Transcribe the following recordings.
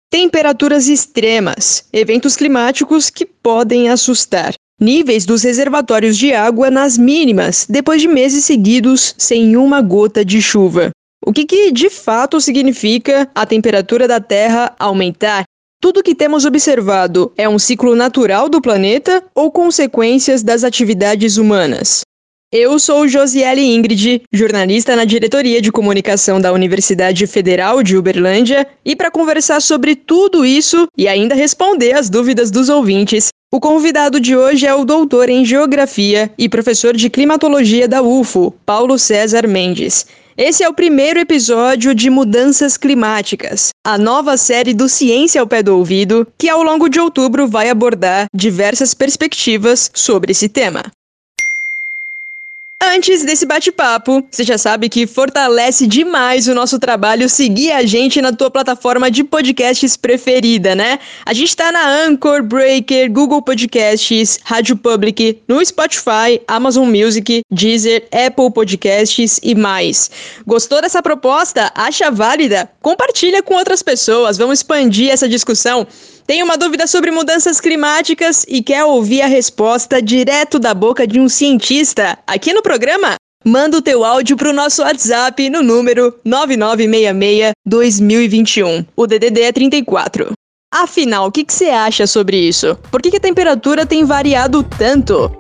Temperaturas extremas, eventos climáticos que podem assustar. Níveis dos reservatórios de água nas mínimas, depois de meses seguidos sem uma gota de chuva. O que de fato significa a temperatura da Terra aumentar? Tudo o que temos observado é um ciclo natural do planeta ou consequências das atividades humanas? Eu sou Josiele Ingrid, jornalista na Diretoria de Comunicação da Universidade Federal de Uberlândia, e para conversar sobre tudo isso e ainda responder as dúvidas dos ouvintes, o convidado de hoje é o doutor em Geografia e professor de Climatologia da UFO, Paulo César Mendes. Esse é o primeiro episódio de Mudanças Climáticas, a nova série do Ciência ao Pé do Ouvido, que ao longo de outubro vai abordar diversas perspectivas sobre esse tema. Antes desse bate-papo, você já sabe que fortalece demais o nosso trabalho seguir a gente na tua plataforma de podcasts preferida, né? A gente tá na Anchor, Breaker, Google Podcasts, Rádio Public, no Spotify, Amazon Music, Deezer, Apple Podcasts e mais. Gostou dessa proposta? Acha válida? Compartilha com outras pessoas, vamos expandir essa discussão. Tem uma dúvida sobre mudanças climáticas e quer ouvir a resposta direto da boca de um cientista aqui no programa? Manda o teu áudio para o nosso WhatsApp no número 9966-2021. O DDD é 34. Afinal, o que você acha sobre isso? Por que a temperatura tem variado tanto?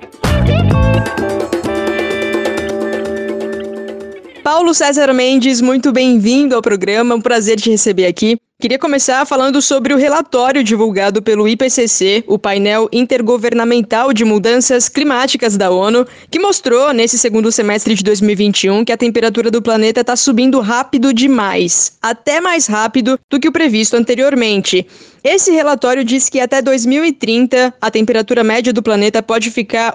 Paulo César Mendes, muito bem-vindo ao programa, um prazer te receber aqui. Queria começar falando sobre o relatório divulgado pelo IPCC, o painel intergovernamental de mudanças climáticas da ONU, que mostrou nesse segundo semestre de 2021 que a temperatura do planeta está subindo rápido demais, até mais rápido do que o previsto anteriormente. Esse relatório diz que até 2030 a temperatura média do planeta pode ficar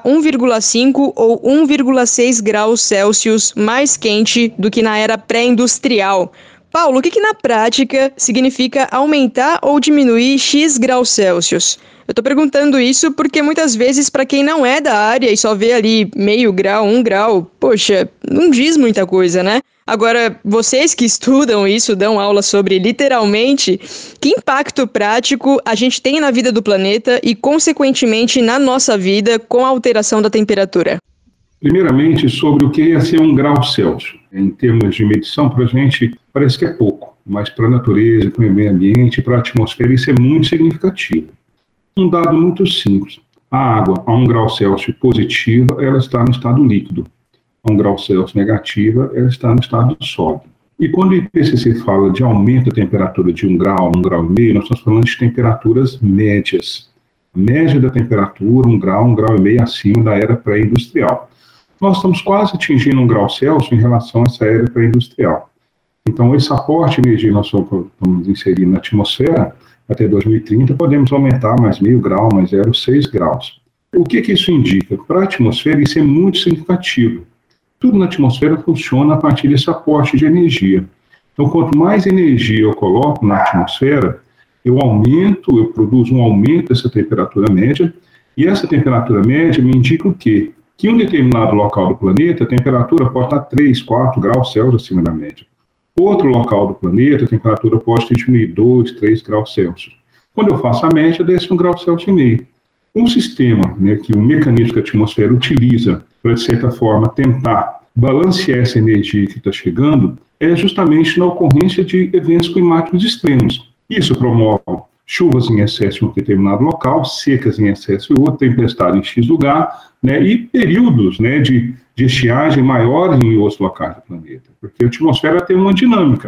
1,5 ou 1,6 graus Celsius mais quente do que na era pré-industrial. Paulo, o que na prática significa aumentar ou diminuir X graus Celsius? Eu tô perguntando isso porque muitas vezes, para quem não é da área e só vê ali meio grau, 1 grau, poxa, não diz muita coisa, né? Agora, vocês que estudam isso, dão aula sobre literalmente, que impacto prático a gente tem na vida do planeta e, consequentemente, na nossa vida com a alteração da temperatura? Primeiramente, sobre o que ia ser 1 grau Celsius. Em termos de medição, para a gente parece que é pouco, mas para a natureza, para o meio ambiente, para a atmosfera, isso é muito significativo. Um dado muito simples. A água a 1 grau Celsius positiva, ela está no estado líquido. A 1 grau Celsius negativa, ela está no estado sólido. E quando o IPCC fala de aumento da temperatura de 1 grau, 1 grau e meio, nós estamos falando de temperaturas médias. A média da temperatura, 1 grau e meio acima da era pré-industrial. Nós estamos quase atingindo 1 grau Celsius em relação a essa era pré-industrial. Então, esse aporte de energia que nós vamos inserir na atmosfera, até 2030, podemos aumentar mais meio grau, mais 0,6 graus. O que isso indica? Para a atmosfera, isso é muito significativo. Tudo na atmosfera funciona a partir desse aporte de energia. Então, quanto mais energia eu coloco na atmosfera, eu produzo um aumento dessa temperatura média, e essa temperatura média me indica o quê? Que em um determinado local do planeta, a temperatura pode estar 3, 4 graus Celsius acima da média. Outro local do planeta, a temperatura pode ter diminuído 2, 3 graus Celsius. Quando eu faço a média, desce 1 grau Celsius e meio. Um sistema, que o mecanismo que a atmosfera utiliza para, de certa forma, tentar balancear essa energia que está chegando, é justamente na ocorrência de eventos climáticos extremos. Isso promove chuvas em excesso em um determinado local, secas em excesso em outro, tempestade em X lugar, e períodos de estiagem maiores em outros locais do planeta. Porque a atmosfera tem uma dinâmica,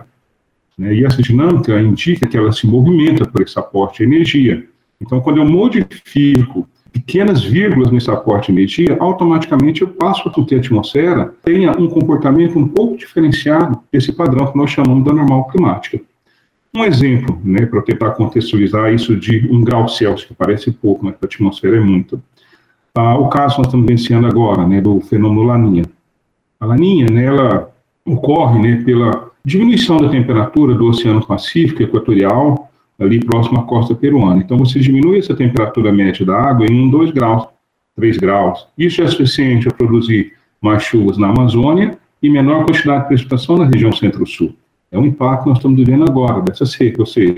e essa dinâmica indica que ela se movimenta por esse aporte de energia. Então, quando eu modifico pequenas vírgulas nesse aporte de energia, automaticamente eu passo a que a atmosfera tenha um comportamento um pouco diferenciado desse padrão que nós chamamos da normal climática. Um exemplo, para tentar contextualizar isso de 1 grau Celsius, que parece pouco, mas para a atmosfera é muito. O caso que nós estamos vivenciando agora, do fenômeno Laninha. A Laninha, ela ocorre pela diminuição da temperatura do Oceano Pacífico Equatorial, ali próximo à costa peruana. Então, você diminui essa temperatura média da água em 1, 2 graus, 3 graus. Isso é suficiente para produzir mais chuvas na Amazônia e menor quantidade de precipitação na região centro-sul. É um impacto que nós estamos vivendo agora, dessa seca, ou seja,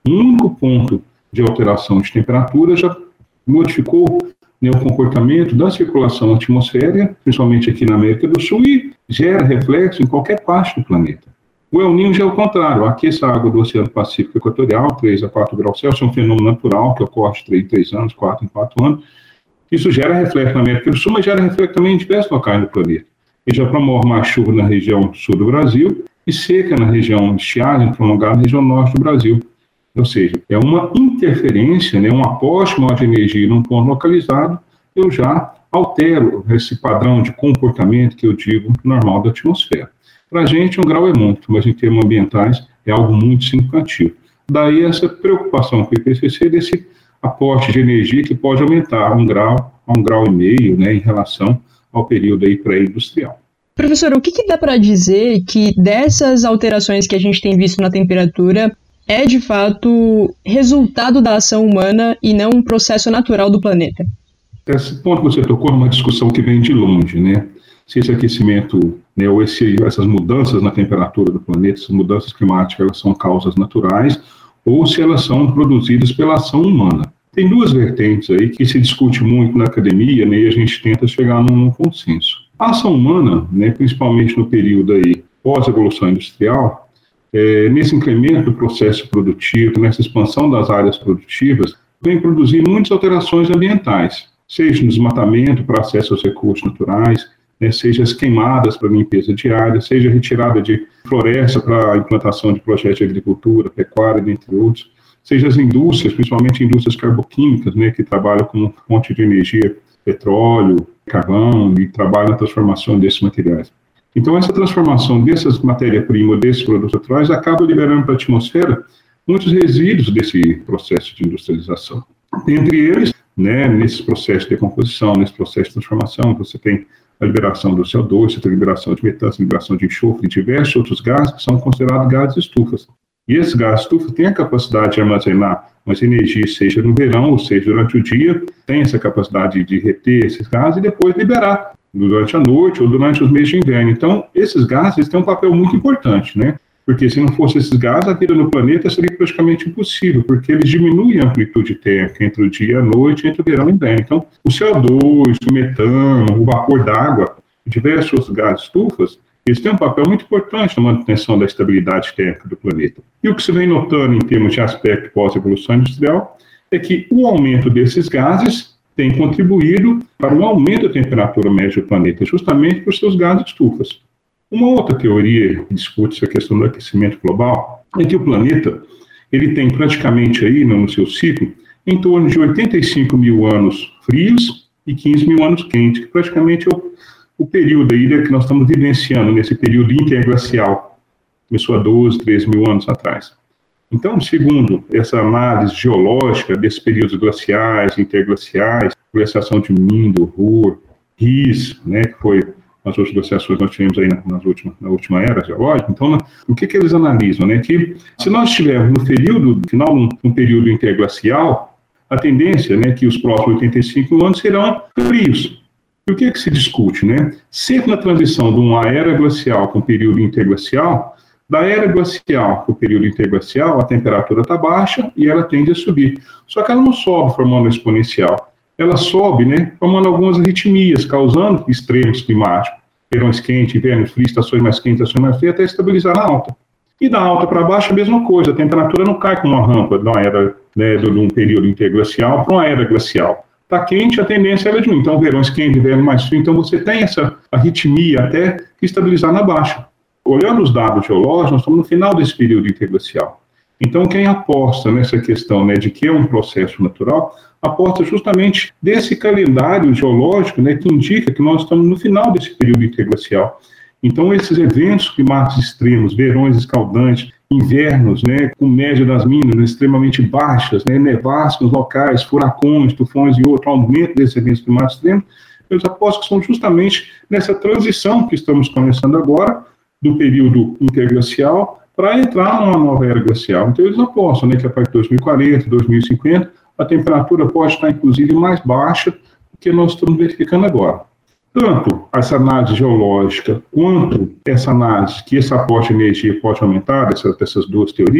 Um único ponto de alteração de temperatura já modificou, né, o comportamento da circulação atmosférica, principalmente aqui na América do Sul, e gera reflexo em qualquer parte do planeta. O El Niño já é o contrário, aquece a água do Oceano Pacífico Equatorial, 3 a 4 graus Celsius, é um fenômeno natural que ocorre de 3 em 3 anos, 4 em 4 anos. Isso gera reflexo na América do Sul, mas gera reflexo também em diversos locais do planeta. Ele já promove mais chuva na região sul do Brasil e seca na região de estiagem prolongada na região norte do Brasil. Ou seja, é uma interferência, né, um aporte maior de energia num ponto localizado, eu já altero esse padrão de comportamento que eu digo normal da atmosfera. Para a gente, 1 grau é muito, mas em termos ambientais é algo muito significativo. Daí essa preocupação com o IPCC desse aporte de energia que pode aumentar 1 grau a 1,5 grau, né, em relação ao período aí pré-industrial. Professor, o que dá para dizer que dessas alterações que a gente tem visto na temperatura é, de fato, resultado da ação humana e não um processo natural do planeta? Esse ponto que você tocou é uma discussão que vem de longe, né? Se esse aquecimento, né, ou essas mudanças na temperatura do planeta, essas mudanças climáticas, elas são causas naturais ou se elas são produzidas pela ação humana. Tem duas vertentes aí que se discute muito na academia, né, e a gente tenta chegar num consenso. A ação humana, né, principalmente no período aí pós-evolução industrial, nesse incremento do processo produtivo, nessa expansão das áreas produtivas, vem produzir muitas alterações ambientais, seja no desmatamento para acesso aos recursos naturais, né, seja as queimadas para limpeza de área, seja a retirada de floresta para a implantação de projetos de agricultura, pecuária, dentre outros, seja as indústrias, principalmente indústrias carboquímicas, né, que trabalham com fonte de energia, petróleo, carvão, e trabalham na transformação desses materiais. Então, essa transformação dessas matérias-primas, desses produtos naturais, acaba liberando para a atmosfera muitos resíduos desse processo de industrialização. Dentre eles, né, nesse processo de decomposição, nesse processo de transformação, você tem a liberação do CO2, você tem a liberação de metano, a liberação de enxofre e diversos outros gases que são considerados gases estufas. E esses gases estufas têm a capacidade de armazenar mais energia, seja no verão, ou seja, durante o dia, tem essa capacidade de reter esses gases e depois liberar durante a noite ou durante os meses de inverno. Então, esses gases têm um papel muito importante, né? Porque se não fosse esses gases, a vida no planeta seria praticamente impossível, porque eles diminuem a amplitude térmica entre o dia e a noite, entre o verão e o inverno. Então, o CO2, o metano, o vapor d'água, diversos outros gases estufas, eles têm um papel muito importante na manutenção da estabilidade térmica do planeta. E o que se vem notando em termos de aspecto pós-evolução industrial é que o aumento desses gases tem contribuído para o aumento da temperatura média do planeta, justamente por seus gases estufas. Uma outra teoria que discute essa questão do aquecimento global é que o planeta ele tem praticamente aí, no seu ciclo, em torno de 85 mil anos frios e 15 mil anos quentes, que praticamente é o período aí, né, que nós estamos vivenciando nesse período interglacial, começou há 12, 13 mil anos atrás. Então, segundo essa análise geológica desses períodos glaciais, interglaciais, glaciação de Mindo, Ruhr, Ries, né, que foi as outras glaciações que nós tivemos aí na última era geológica, então, o que eles analisam? Né, que se nós estivermos no final de um período interglacial, a tendência, né, que os próximos 85 anos serão frios. E o que se discute? Né? Sempre na transição de uma era glacial para um período interglacial, da era glacial para o período interglacial, a temperatura está baixa e ela tende a subir. Só que ela não sobe formando exponencial. Ela sobe, né, formando algumas arritmias, causando extremos climáticos. Verões quentes, invernos frios, estações mais quentes, estações mais frias, até estabilizar na alta. E da alta para baixo a mesma coisa. A temperatura não cai com uma rampa de uma era, né, de um período interglacial para uma era glacial. Está quente, a tendência é diminuir. Então, verões quentes, inverno mais frio. Então, você tem essa arritmia até que estabilizar na baixa. Olhando os dados geológicos, nós estamos no final desse período interglacial. Então, quem aposta nessa questão, né, de que é um processo natural, aposta justamente desse calendário geológico, né, que indica que nós estamos no final desse período interglacial. Então, esses eventos climáticos extremos, verões escaldantes, invernos, né, com média das mínimas extremamente baixas, né, nevascos locais, furacões, tufões e outro aumento desses eventos climáticos extremos, eu aposto que são justamente nessa transição que estamos começando agora, do período interglacial, para entrar numa nova era glacial. Então, eles apostam, né, que a partir de 2040, 2050, a temperatura pode estar, inclusive, mais baixa do que nós estamos verificando agora. Tanto essa análise geológica, quanto essa análise que esse aporte de energia pode aumentar, dessas duas teorias,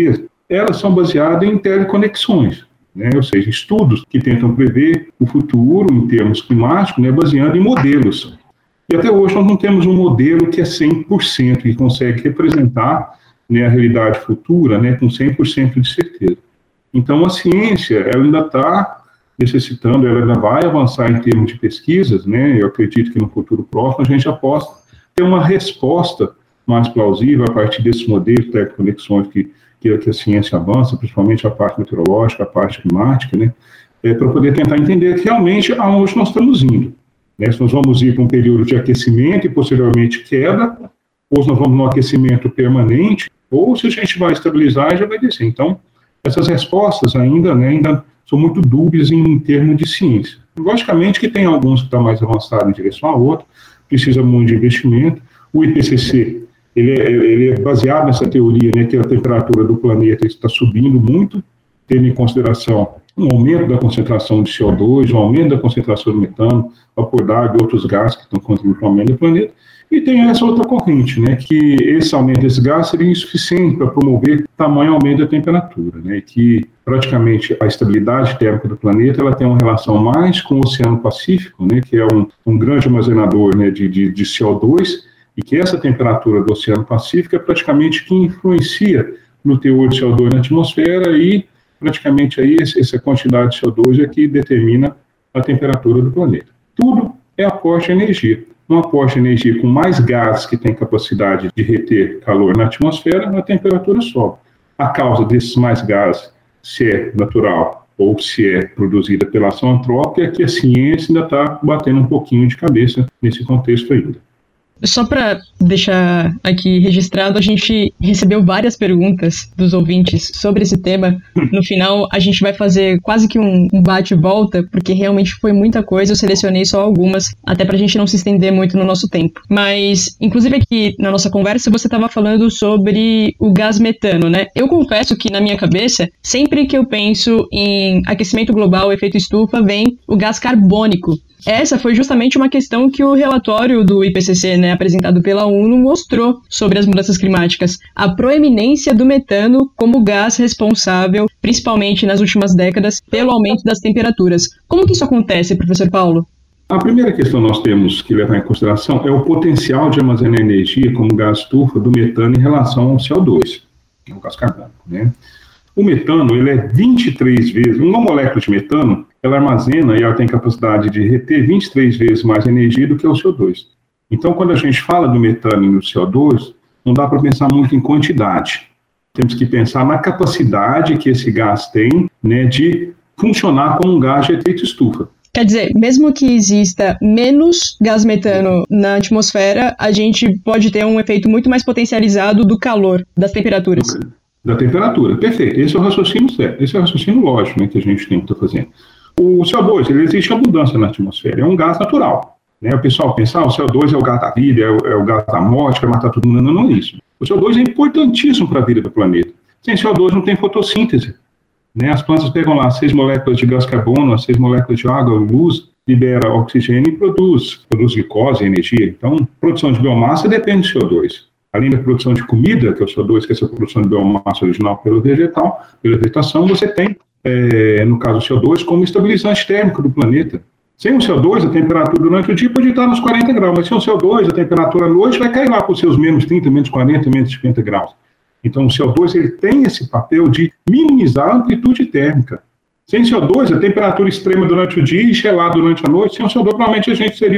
elas são baseadas em teleconexões, né? Ou seja, estudos que tentam prever o futuro em termos climáticos, né, baseando em modelos. E até hoje nós não temos um modelo que é 100%, que consegue representar, né, a realidade futura, né, com 100% de certeza. Então, a ciência, ela ainda está necessitando, ela ainda vai avançar em termos de pesquisas, né? Eu acredito que no futuro próximo a gente já possa ter uma resposta mais plausível a partir desses modelos de teleconexões que a ciência avança, principalmente a parte meteorológica, a parte climática, né? Para poder tentar entender realmente aonde nós estamos indo, né? Se nós vamos ir para um período de aquecimento e posteriormente queda, ou se nós vamos num aquecimento permanente, ou se a gente vai estabilizar e já vai descer. Então, essas respostas ainda são muito dúbias em termos de ciência. Logicamente que tem alguns que estão mais avançados em direção a outro, precisa muito de investimento. O IPCC, ele é baseado nessa teoria, né, que a temperatura do planeta está subindo muito, tendo em consideração um aumento da concentração de CO2, um aumento da concentração de metano, vapor d'água e outros gases que estão contribuindo para o aumento do planeta. E tem essa outra corrente, né, que esse aumento desse gás seria insuficiente para promover tamanho aumento da temperatura, né, que praticamente a estabilidade térmica do planeta ela tem uma relação mais com o Oceano Pacífico, né, que é um grande armazenador, né, de CO2, e que essa temperatura do Oceano Pacífico é praticamente que influencia no teor de CO2 na atmosfera e praticamente aí essa quantidade de CO2 é que determina a temperatura do planeta. Tudo é aporte de energia. Um aporte de energia com mais gás que tem capacidade de reter calor na atmosfera, a temperatura sobe. A causa desses mais gases, se é natural ou se é produzida pela ação antrópica, é que a ciência ainda está batendo um pouquinho de cabeça nesse contexto ainda. Só para deixar aqui registrado, a gente recebeu várias perguntas dos ouvintes sobre esse tema. No final, a gente vai fazer quase que um bate-volta, porque realmente foi muita coisa, eu selecionei só algumas, até para a gente não se estender muito no nosso tempo. Mas, inclusive aqui na nossa conversa, você estava falando sobre o gás metano, né? Eu confesso que na minha cabeça, sempre que eu penso em aquecimento global, efeito estufa, vem o gás carbônico. Essa foi justamente uma questão que o relatório do IPCC, né, apresentado pela ONU, mostrou sobre as mudanças climáticas. A proeminência do metano como gás responsável, principalmente nas últimas décadas, pelo aumento das temperaturas. Como que isso acontece, professor Paulo? A primeira questão que nós temos que levar em consideração é o potencial de armazenar energia como gás estufa do metano em relação ao CO2, que é o gás carbônico, né? O metano, ele é 23 vezes, uma molécula de metano, ela armazena e ela tem capacidade de reter 23 vezes mais energia do que o CO2. Então, quando a gente fala do metano e do CO2, não dá para pensar muito em quantidade. Temos que pensar na capacidade que esse gás tem, né, de funcionar como um gás de efeito estufa. Quer dizer, mesmo que exista menos gás metano na atmosfera, a gente pode ter um efeito muito mais potencializado do calor, das temperaturas. Da temperatura, perfeito. Esse é o raciocínio certo, esse é o raciocínio lógico, né, que a gente tem que estar fazendo. O CO2, ele existe abundância na atmosfera, é um gás natural. Né? O pessoal pensa, o CO2 é o gás da vida, é o gás da morte, que vai matar todo mundo. Não é isso. O CO2 é importantíssimo para a vida do planeta. Sem CO2 não tem fotossíntese. Né? As plantas pegam lá 6 moléculas de gás carbono, as 6 moléculas de água, luz, libera oxigênio e produz glicose e energia. Então, produção de biomassa depende do CO2. Além da produção de comida, que é o CO2, que é essa produção de biomassa original pela vegetação, você tem, no caso do CO2, como estabilizante térmico do planeta. Sem o CO2, a temperatura durante o dia pode estar nos 40 graus, mas sem o CO2, a temperatura à noite vai cair lá para os seus menos 30, menos 40, menos 50 graus. Então, o CO2 ele tem esse papel de minimizar a amplitude térmica. Sem CO2, a temperatura extrema durante o dia e gelada durante a noite, sem o CO2, provavelmente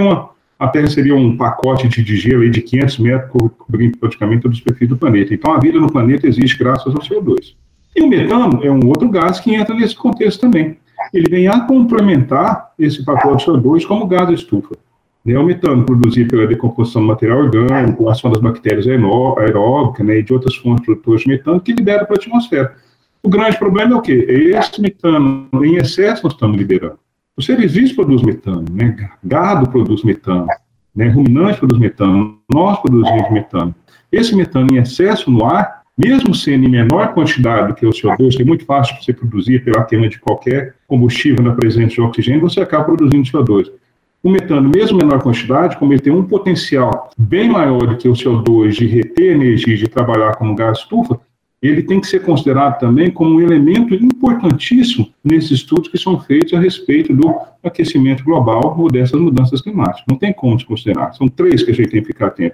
a Terra seria um pacote de gelo aí de 500 metros, cobrindo praticamente toda a superfície do planeta. Então, a vida no planeta existe graças ao CO2. E o metano é um outro gás que entra nesse contexto também. Ele vem a complementar esse pacote de CO2 como gás estufa. O metano produzido pela decomposição do material orgânico, a ação das bactérias aeróbicas, né, e de outras fontes produtoras de metano que libera para a atmosfera. O grande problema é o quê? Esse metano em excesso nós estamos liberando. Os seres vivos produzem metano, né? Gado produz metano, né? Ruminante produz metano, nós produzimos metano. Esse metano em excesso no ar, mesmo sendo em menor quantidade do que o CO2, que é muito fácil de você produzir pela queima de qualquer combustível na presença de oxigênio, você acaba produzindo CO2. O metano, mesmo em menor quantidade, como ele tem um potencial bem maior do que o CO2 de reter energia e de trabalhar como gás estufa, ele tem que ser considerado também como um elemento importantíssimo nesses estudos que são feitos a respeito do aquecimento global ou dessas mudanças climáticas. Não tem como desconsiderar. São 3 que a gente tem que ficar atento.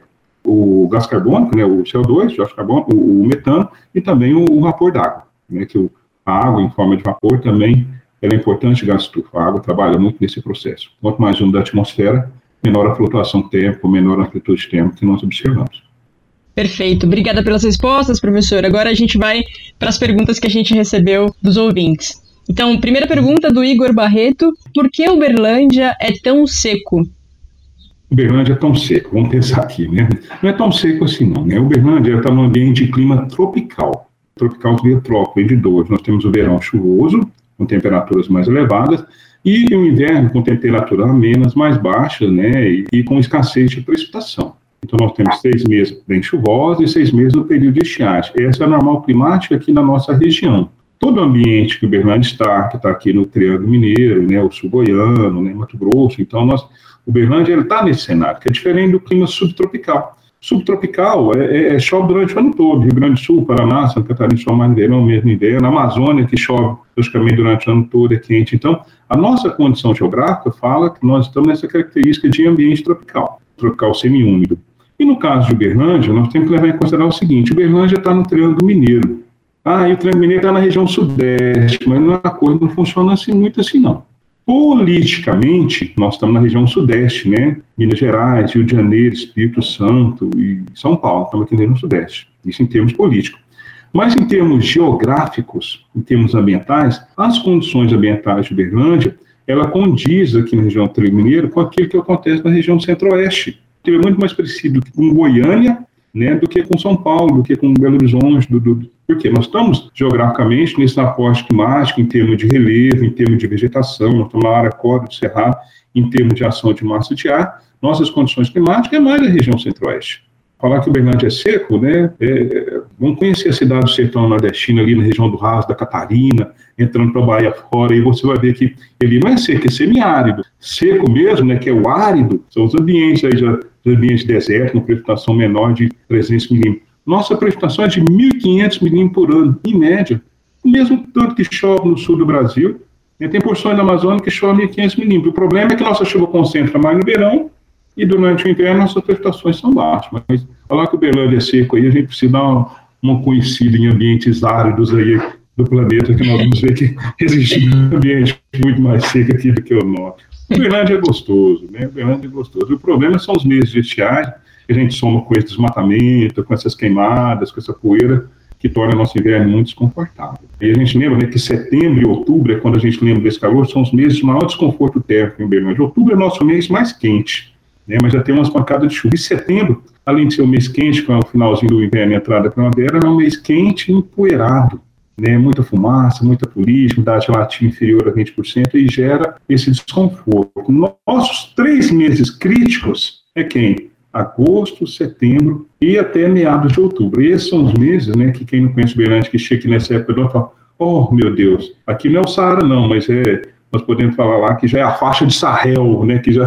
O gás carbônico, né, o CO2, o gás carbônico, o metano e também o vapor d'água, né, que a água em forma de vapor também ela é importante gás estufa. A água trabalha muito nesse processo. Quanto mais úmido da atmosfera, menor a flutuação térmica, menor a amplitude térmica que nós observamos. Perfeito. Obrigada pelas respostas, professor. Agora a gente vai para as perguntas que a gente recebeu dos ouvintes. Então, primeira pergunta do Igor Barreto. Por que Uberlândia é tão seco? Uberlândia é tão seco, vamos pensar aqui, né? Não é tão seco assim não, né? Uberlândia está num ambiente de clima tropical. Tropical via trópico, vem de 2. Nós temos o verão chuvoso, com temperaturas mais elevadas, e o inverno com temperatura amenas, mais baixa, né? E com escassez de precipitação. Então, nós temos 6 meses bem chuvosos e 6 meses no período de estiagem. Essa é a normal climática aqui na nossa região. Todo o ambiente que Uberlândia está, que está aqui no Triângulo Mineiro, né, o sul goiano, né, Mato Grosso, então, Uberlândia está nesse cenário, que é diferente do clima subtropical. Subtropical chove durante o ano todo. Rio Grande do Sul, Paraná, Santa Catarina chove mais no verão, mesmo no inverno. A Amazônia, que chove praticamente durante o ano todo, é quente. Então, a nossa condição geográfica fala que nós estamos nessa característica de ambiente tropical semiúmido. E no caso de Uberlândia, nós temos que levar em consideração o seguinte: Uberlândia está no Triângulo Mineiro. E o Triângulo Mineiro está na região sudeste, mas a coisa não funciona assim, muito assim, não. Politicamente, nós estamos na região sudeste, né? Minas Gerais, Rio de Janeiro, Espírito Santo e São Paulo, estamos aqui no sudeste. Isso em termos políticos. Mas em termos geográficos, em termos ambientais, as condições ambientais de Uberlândia, ela condiz aqui na região do Triângulo Mineiro com aquilo que acontece na região centro-oeste. É muito mais parecido com Goiânia, né, do que com São Paulo, do que com Belo Horizonte. Porque nós estamos, geograficamente, nesse aporte climático, em termos de relevo, em termos de vegetação, nós estamos na área córrego do Cerrado, em termos de ação de massa de ar, nossas condições climáticas é mais da região centro-oeste. Falar que o Uberlândia é seco, né, vamos conhecer a cidade do sertão nordestino, ali na região do Raso da Catarina, entrando para a Bahia fora, e você vai ver que ele não é seco, é semiárido. Seco mesmo, né, que é o árido, são os ambientes aí os ambientes desertos, com precipitação menor de 300 milímetros. Nossa precipitação é de 1.500 milímetros por ano, em média. O mesmo tanto que chove no sul do Brasil, né, tem porções da Amazônia que chove 1.500 milímetros. O problema é que nossa chuva concentra mais no verão, e durante o inverno nossas precipitações são baixas. Mas falar que o Uberlândia é seco aí, a gente precisa dar uma conhecida em ambientes áridos aí do planeta, que nós vamos ver que existe um ambiente muito mais seco aqui do que o nosso. O Uberlândia é gostoso, né? O Uberlândia é gostoso. O problema são os meses de estiagem, que a gente soma com esse desmatamento, com essas queimadas, com essa poeira, que torna o nosso inverno muito desconfortável. E a gente lembra, né, que setembro e outubro, é quando a gente lembra desse calor, são os meses de maior desconforto térmico em Uberlândia. Outubro é o nosso mês mais quente, né, mas já tem umas pancadas de chuva. E setembro, além de ser um mês quente, com o finalzinho do inverno e a entrada da primavera, é um mês quente e empoeirado. Né, muita fumaça, muita polícia, umidade relativa inferior a 20% e gera esse desconforto. Nossos 3 meses críticos é quem? Agosto, setembro e até meados de outubro. E esses são os meses, né, que quem não conhece Uberlândia, que chega aqui nessa época do ano, fala: oh, meu Deus, aqui não é o Saara não, mas nós podemos falar lá que já é a faixa de Sahel, né, que já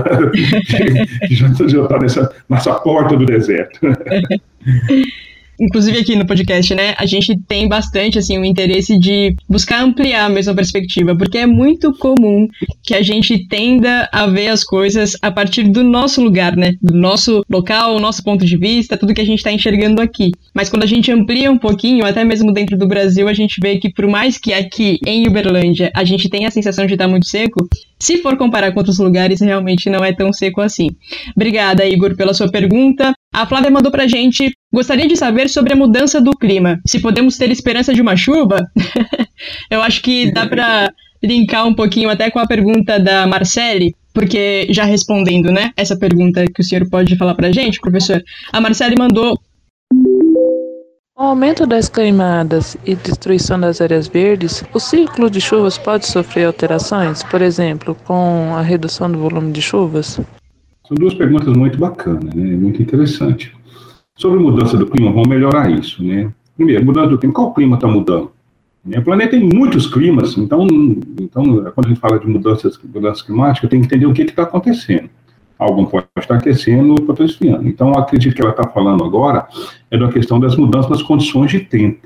está nessa porta do deserto. Inclusive aqui no podcast, né, a gente tem bastante, assim, o interesse de buscar ampliar a mesma perspectiva, porque é muito comum que a gente tenda a ver as coisas a partir do nosso lugar, né, do nosso local, nosso ponto de vista, tudo que a gente está enxergando aqui. Mas quando a gente amplia um pouquinho, até mesmo dentro do Brasil, a gente vê que por mais que aqui em Uberlândia a gente tenha a sensação de estar muito seco, se for comparar com outros lugares, realmente não é tão seco assim. Obrigada, Igor, pela sua pergunta. A Flávia mandou pra gente: gostaria de saber sobre a mudança do clima. Se podemos ter esperança de uma chuva? Eu acho que dá pra linkar um pouquinho até com a pergunta da Marcele, porque já respondendo, né, essa pergunta que o senhor pode falar pra gente, professor, a Marcele mandou: com o aumento das queimadas e destruição das áreas verdes, o ciclo de chuvas pode sofrer alterações, por exemplo, com a redução do volume de chuvas? São 2 perguntas muito bacanas, né? Muito interessantes. Sobre mudança do clima, vamos melhorar isso, né? Primeiro, mudança do clima. Qual clima está mudando? O planeta tem muitos climas, então quando a gente fala de mudanças climáticas, tem que entender o que está acontecendo. Algum pode estar aquecendo, outro está esfriando. Então, acredito que ela está falando agora é da questão das mudanças nas condições de tempo.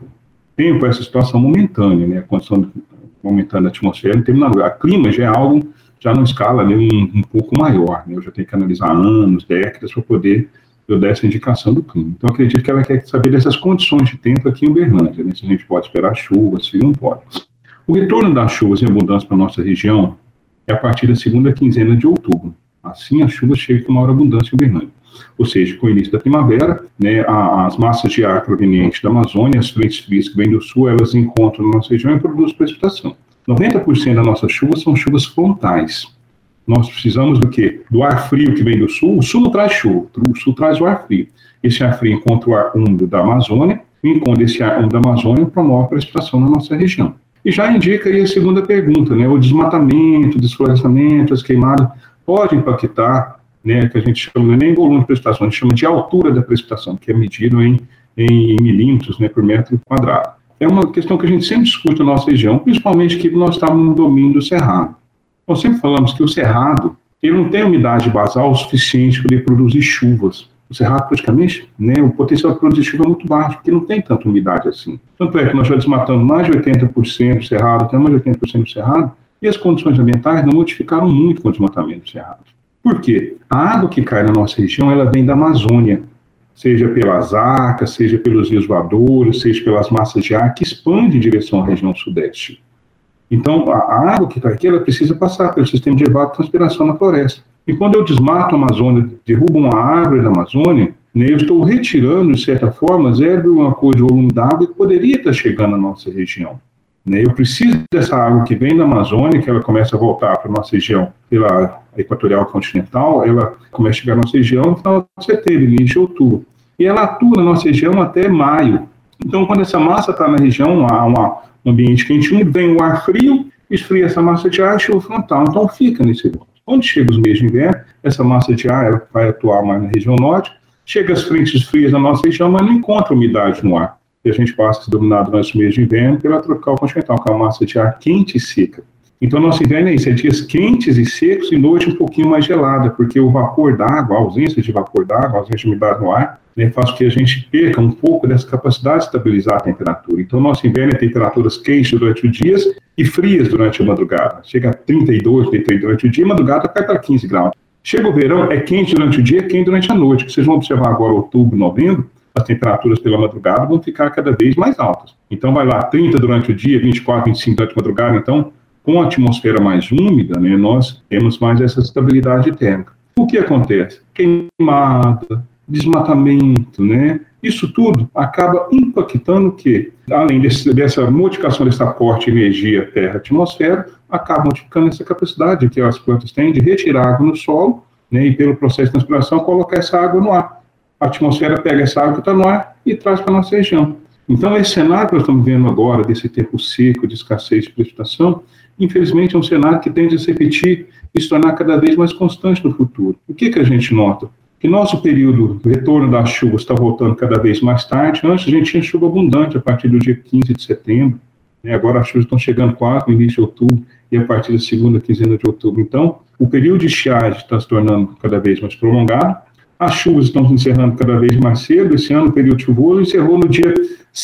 tempo essa situação momentânea, né? A condição momentânea da atmosfera, em termos de clima já é algo, já numa escala, né, um pouco maior, né? Eu já tenho que analisar anos, décadas, para poder eu dar essa indicação do clima. Então, acredito que ela quer saber dessas condições de tempo aqui em Uberlândia, né? Se a gente pode esperar chuva, se não pode. O retorno das chuvas em abundância para a nossa região é a partir da segunda quinzena de outubro. Assim, a chuva chega com maior abundância em Uberlândia. Ou seja, com o início da primavera, né, as massas de ar provenientes da Amazônia, as frentes frias que vêm do sul, elas encontram na nossa região e produzem precipitação. 90% das nossas chuvas são chuvas frontais. Nós precisamos do quê? Do ar frio que vem do sul. O sul não traz chuva, o sul traz o ar frio. Esse ar frio encontra o ar úmido da Amazônia, e encontra esse ar úmido da Amazônia promove a precipitação na nossa região. E já indica aí a segunda pergunta, né? O desmatamento, o desflorestamento, as queimadas, pode impactar, né, que a gente chama nem volume de precipitação, a gente chama de altura da precipitação, que é medido em milímetros, né, por metro quadrado. É uma questão que a gente sempre discute na nossa região, principalmente que nós estamos no domínio do cerrado. Nós sempre falamos que o cerrado, ele não tem umidade basal o suficiente para poder produzir chuvas. O cerrado, praticamente, né, o potencial de produzir chuva é muito baixo, porque não tem tanta umidade assim. Tanto é que nós já desmatamos mais de 80% do cerrado, até mais de 80% do cerrado, e as condições ambientais não modificaram muito com o desmatamento do cerrado. Por quê? A água que cai na nossa região, ela vem da Amazônia, seja pelas acas, seja pelos rios voadores, seja pelas massas de ar que expandem em direção à região sudeste. Então, a água que cai aqui, ela precisa passar pelo sistema de evapotranspiração na floresta. E quando eu desmato a Amazônia, derrubo uma árvore da Amazônia, né, eu estou retirando, de certa forma, 0,1 coisa de volume d'água que poderia estar chegando na nossa região. Né, eu preciso dessa água que vem da Amazônia, que ela começa a voltar para a nossa região pela equatorial continental, ela começa a chegar na nossa região no final de setembro, início de outubro. E ela atua na nossa região até maio. Então, quando essa massa está na região, há um ambiente quentinho, vem o ar frio, esfria essa massa de ar e chuva frontal. Então, fica nesse ponto. Quando chega os meses de inverno, essa massa de ar ela vai atuar mais na região norte, chega as frentes frias na nossa região, mas não encontra umidade no ar. E a gente passa a ser dominado nos meses de inverno pela tropical continental, que é uma massa de ar quente e seca. Então, nosso inverno é isso, é dias quentes e secos e noite um pouquinho mais gelada, porque o vapor d'água, a ausência de vapor d'água, a ausência de umidade no ar, né, faz com que a gente perca um pouco dessa capacidade de estabilizar a temperatura. Então, nosso inverno é temperaturas quentes durante os dias e frias durante a madrugada. Chega a 32, 33 durante o dia, a madrugada cai para 15 graus. Chega o verão, é quente durante o dia, é quente durante a noite. Que vocês vão observar agora, outubro, novembro, as temperaturas pela madrugada vão ficar cada vez mais altas. Então, vai lá, 30 durante o dia, 24, 25 durante a madrugada. Então, com a atmosfera mais úmida, né, nós temos mais essa estabilidade térmica. O que acontece? Queimada, desmatamento, né? Isso tudo acaba impactando o quê? Além dessa modificação desse aporte de energia terra-atmosfera, acaba modificando essa capacidade que as plantas têm de retirar água no solo, né, e pelo processo de transpiração colocar essa água no ar. A atmosfera pega essa água que está no ar e traz para a nossa região. Então, esse cenário que nós estamos vendo agora, desse tempo seco, de escassez de precipitação, infelizmente é um cenário que tende a se repetir e se tornar cada vez mais constante no futuro. O que a gente nota? Que nosso período de retorno das chuvas está voltando cada vez mais tarde. Antes a gente tinha chuva abundante a partir do dia 15 de setembro, né? Agora as chuvas estão chegando quase no início de outubro e a partir da segunda quinzena de outubro. Então, o período de estiagem está se tornando cada vez mais prolongado, as chuvas estão se encerrando cada vez mais cedo. Esse ano o período chuvoso encerrou no dia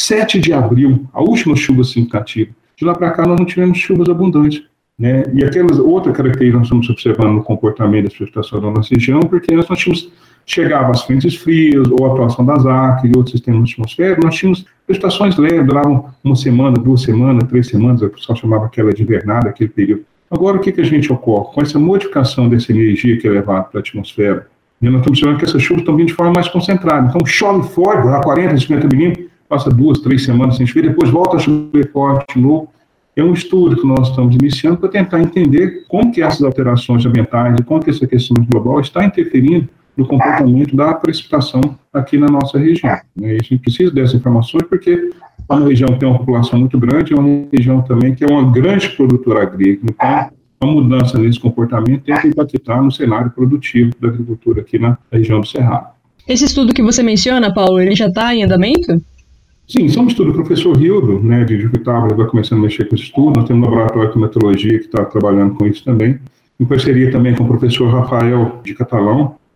7 de abril, a última chuva significativa. De lá para cá nós não tivemos chuvas abundantes. Né? E aquelas outra característica que nós estamos observando no comportamento da precipitação da nossa região, porque nós tínhamos, chegava as frentes frias, ou a atuação das acas e outros sistemas atmosféricos, nós tínhamos precipitações leves, duravam uma semana, 2 semanas, 3 semanas, o pessoal chamava aquela de invernada, aquele período. Agora, o que a gente ocorre? Com essa modificação dessa energia que é levada para a atmosfera, nós estamos observando que essas chuvas estão vindo de forma mais concentrada. Então, chove forte, a 40, 50 milímetros, passa 2, 3 semanas sem chover, depois volta a chover forte de novo. É um estudo que nós estamos iniciando para tentar entender como que essas alterações ambientais e como que esse aquecimento global está interferindo no comportamento da precipitação aqui na nossa região. Né? E a gente precisa dessas informações porque a região tem uma população muito grande, é uma região também que é uma grande produtora agrícola. Então, a mudança nesse comportamento tem que impactar no cenário produtivo da agricultura aqui na região do Cerrado. Esse estudo que você menciona, Paulo, ele já está em andamento? Sim, isso é um estudo do professor Hildo, né, de Juquitaba, ele vai começando a mexer com esse estudo. Nós temos um laboratório de meteorologia que está trabalhando com isso também, em parceria também com o professor Rafael de Catalão,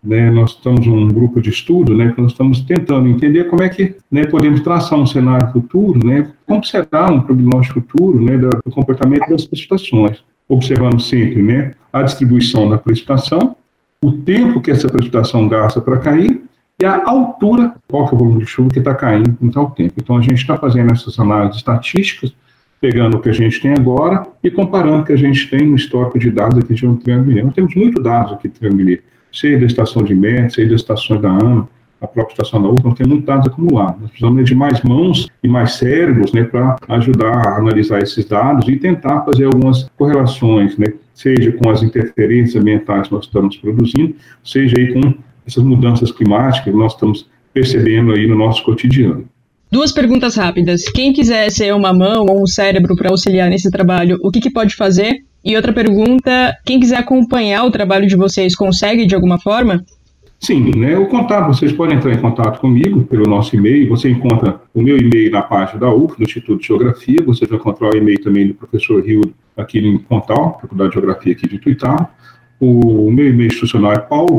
né, nós estamos um grupo de estudo, né, que nós estamos tentando entender como é que, né, podemos traçar um cenário futuro, né, como será um prognóstico futuro, né, do comportamento das precipitações, observando sempre, né, a distribuição da precipitação, o tempo que essa precipitação gasta para cair e a altura, qual que é o volume de chuva que está caindo em tal tempo. Então, a gente está fazendo essas análises estatísticas, pegando o que a gente tem agora e comparando o que a gente tem no histórico de dados aqui de um Triângulo. Nós temos muitos dados aqui de Triângulo, seja da estação de MET, seja das estações da ANA, a própria estação da UFA, nós temos muitos dados acumulados. Nós precisamos de mais mãos e mais cérebros, né, para ajudar a analisar esses dados e tentar fazer algumas correlações, né, seja com as interferências ambientais que nós estamos produzindo, seja aí com essas mudanças climáticas que nós estamos percebendo aí no nosso cotidiano. 2 perguntas rápidas. Quem quiser ser uma mão ou um cérebro para auxiliar nesse trabalho, o que pode fazer? E outra pergunta, quem quiser acompanhar o trabalho de vocês, consegue de alguma forma? Sim, né, o contato, vocês podem entrar em contato comigo pelo nosso e-mail, você encontra o meu e-mail na página da UFO, do Instituto de Geografia, você vai encontrar o e-mail também do professor Rildo aqui em Pontal, Faculdade de Geografia aqui de Tuiutaba. O meu e-mail institucional é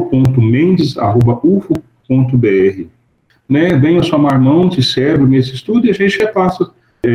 paulo.mendes@ufo.br. Né, venha somar mãos e cérebro nesse estudo e a gente repassa,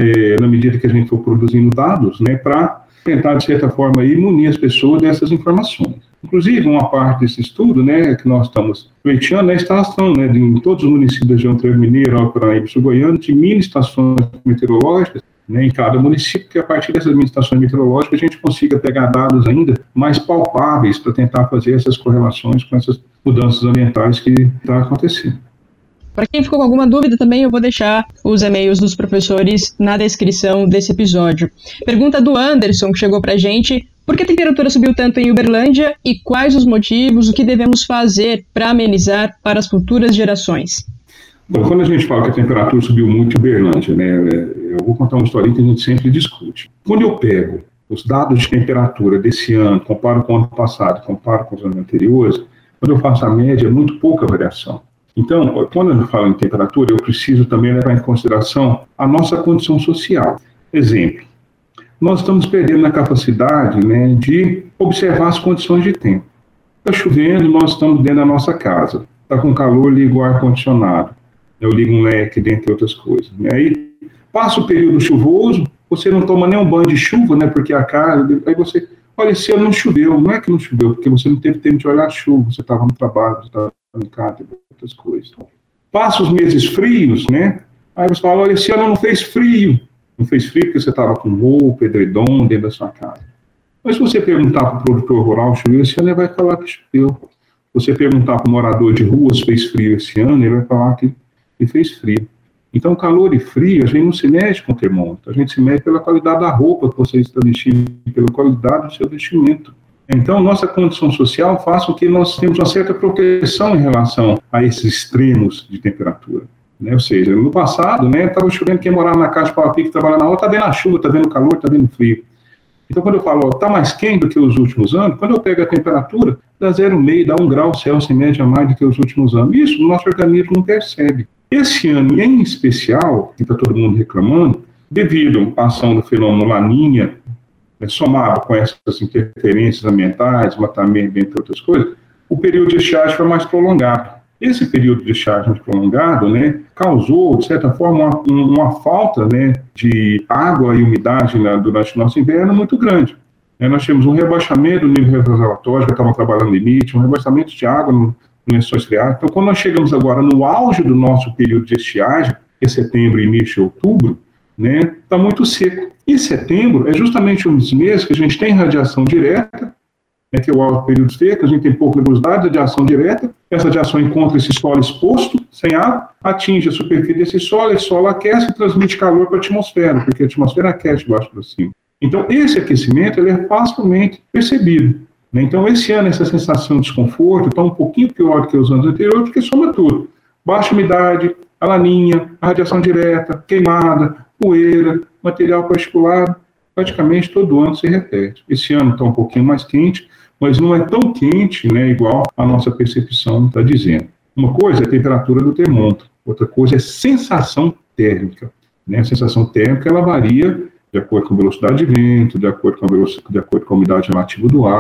na medida que a gente for produzindo dados, né, para tentar, de certa forma, aí, munir as pessoas dessas informações. Inclusive, uma parte desse estudo, né, que nós estamos pleiteando é a instalação, né, em todos os municípios da região Triângulo Mineiro, Alparaíba e Sul-Goiano, de mini estações meteorológicas, né, em cada município, que a partir dessas mini estações meteorológicas a gente consiga pegar dados ainda mais palpáveis para tentar fazer essas correlações com essas mudanças ambientais que estão acontecendo. Para quem ficou com alguma dúvida também, eu vou deixar os e-mails dos professores na descrição desse episódio. Pergunta do Anderson, que chegou para a gente: por que a temperatura subiu tanto em Uberlândia e quais os motivos, o que devemos fazer para amenizar para as futuras gerações? Bom, quando a gente fala que a temperatura subiu muito em Uberlândia, né, eu vou contar uma historinha que a gente sempre discute. Quando eu pego os dados de temperatura desse ano, comparo com o ano passado, comparo com os anos anteriores, quando eu faço a média, é muito pouca variação. Então, quando eu falo em temperatura, eu preciso também levar em consideração a nossa condição social. Exemplo, nós estamos perdendo a capacidade, né, de observar as condições de tempo. Está chovendo, nós estamos dentro da nossa casa. Está com calor, ligo o ar-condicionado. Eu ligo um leque, dentre outras coisas. E aí, passa o período chuvoso, você não toma nem um banho de chuva, né, porque a casa... Aí você, olha, esse ano não choveu. Não é que não choveu, porque você não teve tempo de olhar a chuva, você estava no trabalho, você estava em casa, outras coisas. Passa os meses frios, né? Aí você fala, olha, esse ano não fez frio. Não fez frio porque você estava com roupa, edredom dentro da sua casa. Mas se você perguntar para o produtor rural, choveu esse ano, ele vai falar que choveu. Se você perguntar para o morador de rua se fez frio esse ano, ele vai falar que fez frio. Então, calor e frio, a gente não se mede com o termômetro. A gente se mede pela qualidade da roupa que você está vestindo, pela qualidade do seu vestimento. Então, nossa condição social faz com que nós tenhamos uma certa proteção em relação a esses extremos de temperatura. Né? Ou seja, no passado, né, estava chovendo, quem morava na casa de pau-a-pique, trabalhava na rua, está vendo a chuva, está vendo o calor, está vendo o frio. Então, quando eu falo, está mais quente do que os últimos anos, quando eu pego a temperatura, dá 0,5, dá 1 grau Celsius em média a mais do que os últimos anos. Isso o nosso organismo não percebe. Esse ano, em especial, que está todo mundo reclamando, devido à ação do fenômeno Laninha, somado com essas interferências ambientais, matamento, entre outras coisas, o período de estiagem foi mais prolongado. Esse período de estiagem mais prolongado, né, causou, de certa forma, uma falta, né, de água e umidade, né, durante o nosso inverno muito grande. Nós tivemos um rebaixamento do nível reservatório, que estava trabalhando no limite, um rebaixamento de água no lençóis freáticos. Então, quando nós chegamos agora no auge do nosso período de estiagem, que é setembro, início de outubro, né, está muito seco. E setembro é justamente um dos meses que a gente tem radiação direta, né, que é o período seco, a gente tem pouca nebulosidade, radiação direta, essa radiação encontra esse solo exposto, sem água, atinge a superfície desse solo, esse solo aquece e transmite calor para a atmosfera, porque a atmosfera aquece de baixo para cima. Então, esse aquecimento ele é facilmente percebido. Né? Então, esse ano, essa sensação de desconforto está um pouquinho pior do que os anos anteriores, porque soma tudo. Baixa umidade, a laninha, a radiação direta, queimada, poeira, material particulado, praticamente todo ano se repete. Esse ano está um pouquinho mais quente, mas não é tão quente, né, igual a nossa percepção está dizendo. Uma coisa é a temperatura do termômetro, outra coisa é sensação térmica. Né? A sensação térmica ela varia de acordo com a velocidade de vento, de acordo com a umidade relativa do ar.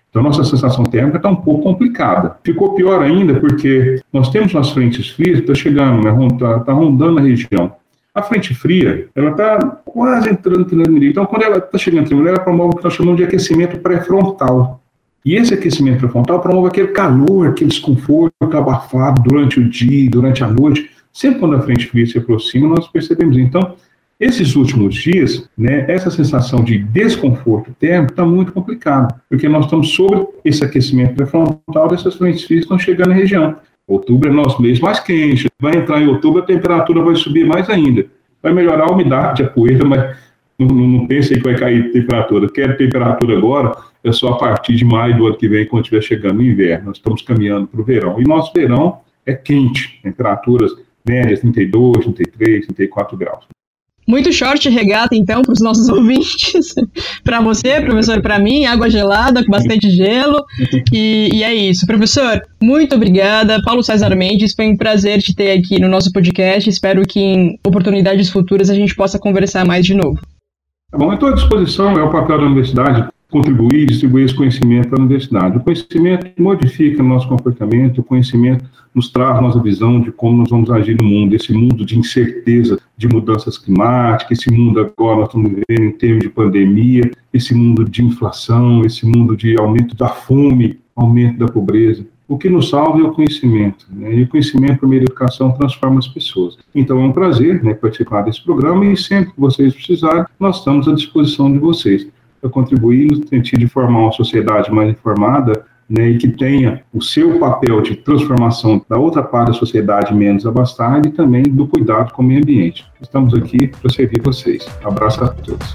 Então, nossa sensação térmica está um pouco complicada. Ficou pior ainda porque nós temos umas frentes frias que estão chegando, né, tá rondando a região. A frente fria, ela está quase entrando aqui na medida. Então, quando ela está chegando na ela promove o que nós chamamos de aquecimento pré-frontal. E esse aquecimento pré-frontal promove aquele calor, aquele desconforto abafado durante o dia, durante a noite. Sempre quando a frente fria se aproxima, nós percebemos. Então, esses últimos dias, né, essa sensação de desconforto térmico está muito complicada, porque nós estamos sob esse aquecimento pré-frontal dessas frentes frias que estão chegando na região. Outubro é nosso mês mais quente, vai entrar em outubro, a temperatura vai subir mais ainda. Vai melhorar a umidade, a poeira, mas não pense que vai cair temperatura. Quer temperatura agora, é só a partir de maio do ano que vem, quando estiver chegando o inverno. Nós estamos caminhando para o verão. E nosso verão é quente, temperaturas médias 32, 33, 34 graus. Muito short regata, então, para os nossos ouvintes. Para você, professor, para mim, água gelada, com bastante gelo. E é isso. Professor, muito obrigada. Paulo César Mendes, foi um prazer te ter aqui no nosso podcast. Espero que em oportunidades futuras a gente possa conversar mais de novo. Tá bom, eu estou à disposição, é o papel da universidade contribuir e distribuir esse conhecimento para a universidade. O conhecimento modifica o nosso comportamento, o conhecimento nos traz nossa visão de como nós vamos agir no mundo, esse mundo de incerteza, de mudanças climáticas, esse mundo agora nós estamos vivendo em termos de pandemia, esse mundo de inflação, esse mundo de aumento da fome, aumento da pobreza. O que nos salva é o conhecimento, né? E o conhecimento, por meio da educação, transforma as pessoas. Então é um prazer, né, participar desse programa e sempre que vocês precisarem, nós estamos à disposição de vocês para contribuir no sentido de formar uma sociedade mais informada, né, e que tenha o seu papel de transformação da outra parte da sociedade menos abastada e também do cuidado com o meio ambiente. Estamos aqui para servir vocês. Abraço a todos.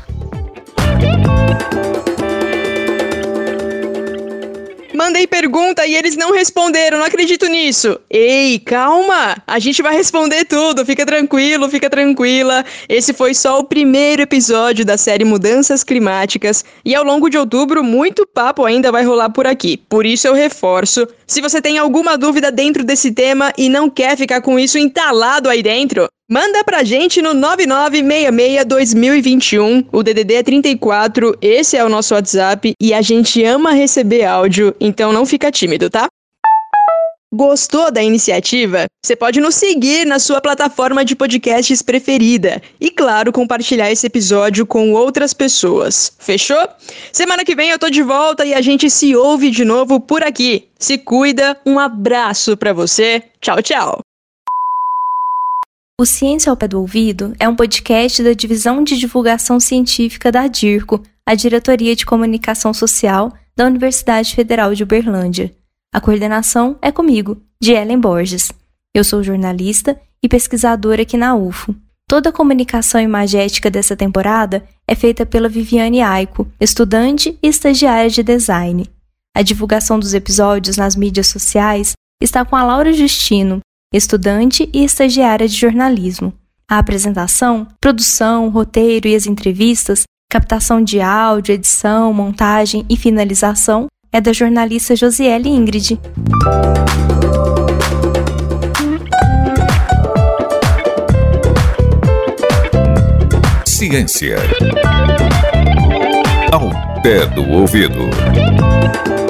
Mandei pergunta e eles não responderam, não acredito nisso. Ei, calma, a gente vai responder tudo, fica tranquilo, fica tranquila. Esse foi só o primeiro episódio da série Mudanças Climáticas e ao longo de outubro muito papo ainda vai rolar por aqui. Por isso eu reforço, se você tem alguma dúvida dentro desse tema e não quer ficar com isso entalado aí dentro, manda pra gente no 9966-2021, o DDD é 34, esse é o nosso WhatsApp e a gente ama receber áudio, então não fica tímido, tá? Gostou da iniciativa? Você pode nos seguir na sua plataforma de podcasts preferida e, claro, compartilhar esse episódio com outras pessoas. Fechou? Semana que vem eu tô de volta e a gente se ouve de novo por aqui. Se cuida, um abraço pra você. Tchau, tchau. O Ciência ao Pé do Ouvido é um podcast da Divisão de Divulgação Científica da DIRCO, a Diretoria de Comunicação Social da Universidade Federal de Uberlândia. A coordenação é comigo, de Ellen Borges. Eu sou jornalista e pesquisadora aqui na UFO. Toda a comunicação imagética dessa temporada é feita pela Viviane Aiko, estudante e estagiária de design. A divulgação dos episódios nas mídias sociais está com a Laura Justino, estudante e estagiária de jornalismo. A apresentação, produção, roteiro e as entrevistas, captação de áudio, edição, montagem e finalização é da jornalista Josiele Ingrid. Ciência ao pé do ouvido.